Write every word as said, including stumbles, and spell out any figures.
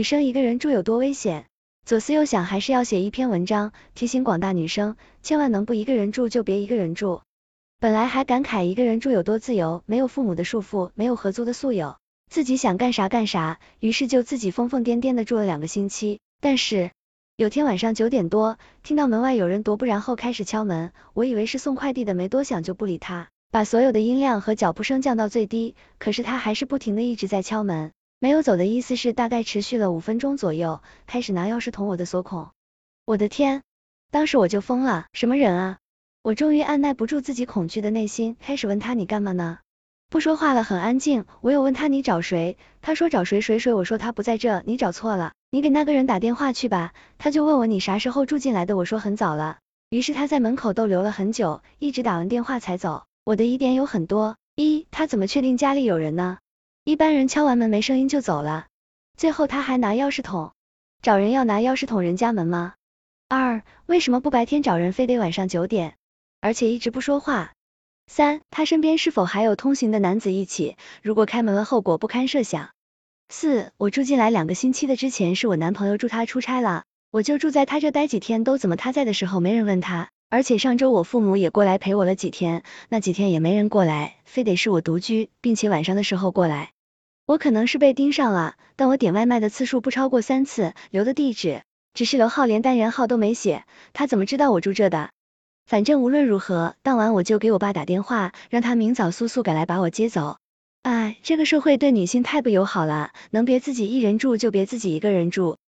女生一个人住有多危险？左思右想，还是要写一篇文章，提醒广大女生，千万能不一个人住就别一个人住。本来还感慨一个人住有多自由，没有父母的束缚，没有合租的宿友，自己想干啥干啥，于是就自己疯疯癫癫的住了两个星期。但是有天晚上九点多，听到门外有人踱步，然后开始敲门，我以为是送快递的，没多想就不理他，把所有的音量和脚步声降到最低，可是他还是不停的一直在敲门。没有走的意思是大概持续了五分钟左右，开始拿钥匙捅我的锁孔。我的天，当时我就疯了，什么人啊？我终于按耐不住自己恐惧的内心，开始问他你干嘛呢？不说话了，很安静。我有问他你找谁？他说找谁谁谁，我说他不在这，你找错了，你给那个人打电话去吧。他就问我你啥时候住进来的，我说很早了。于是他在门口逗留了很久，一直打完电话才走。我的疑点有很多：一，他怎么确定家里有人呢？一般人敲完门没声音就走了。最后他还拿钥匙捅，找人要拿钥匙捅人家门吗？二，为什么不白天找人，非得晚上九点，而且一直不说话？三，他身边是否还有通行的男子一起？如果开门了，后果不堪设想。四，我住进来两个星期的之前是我男朋友住，他出差了，我就住在他这待几天，都怎么他在的时候没人问他？而且上周我父母也过来陪我了几天，那几天也没人过来，非得是我独居，并且晚上的时候过来。我可能是被盯上了，但我点外卖的次数不超过三次，留的地址只是楼号，连单元号都没写，他怎么知道我住这的？反正无论如何，当晚我就给我爸打电话，让他明早速速赶来把我接走。哎，这个社会对女性太不友好了，能别自己一人住就别自己一个人住。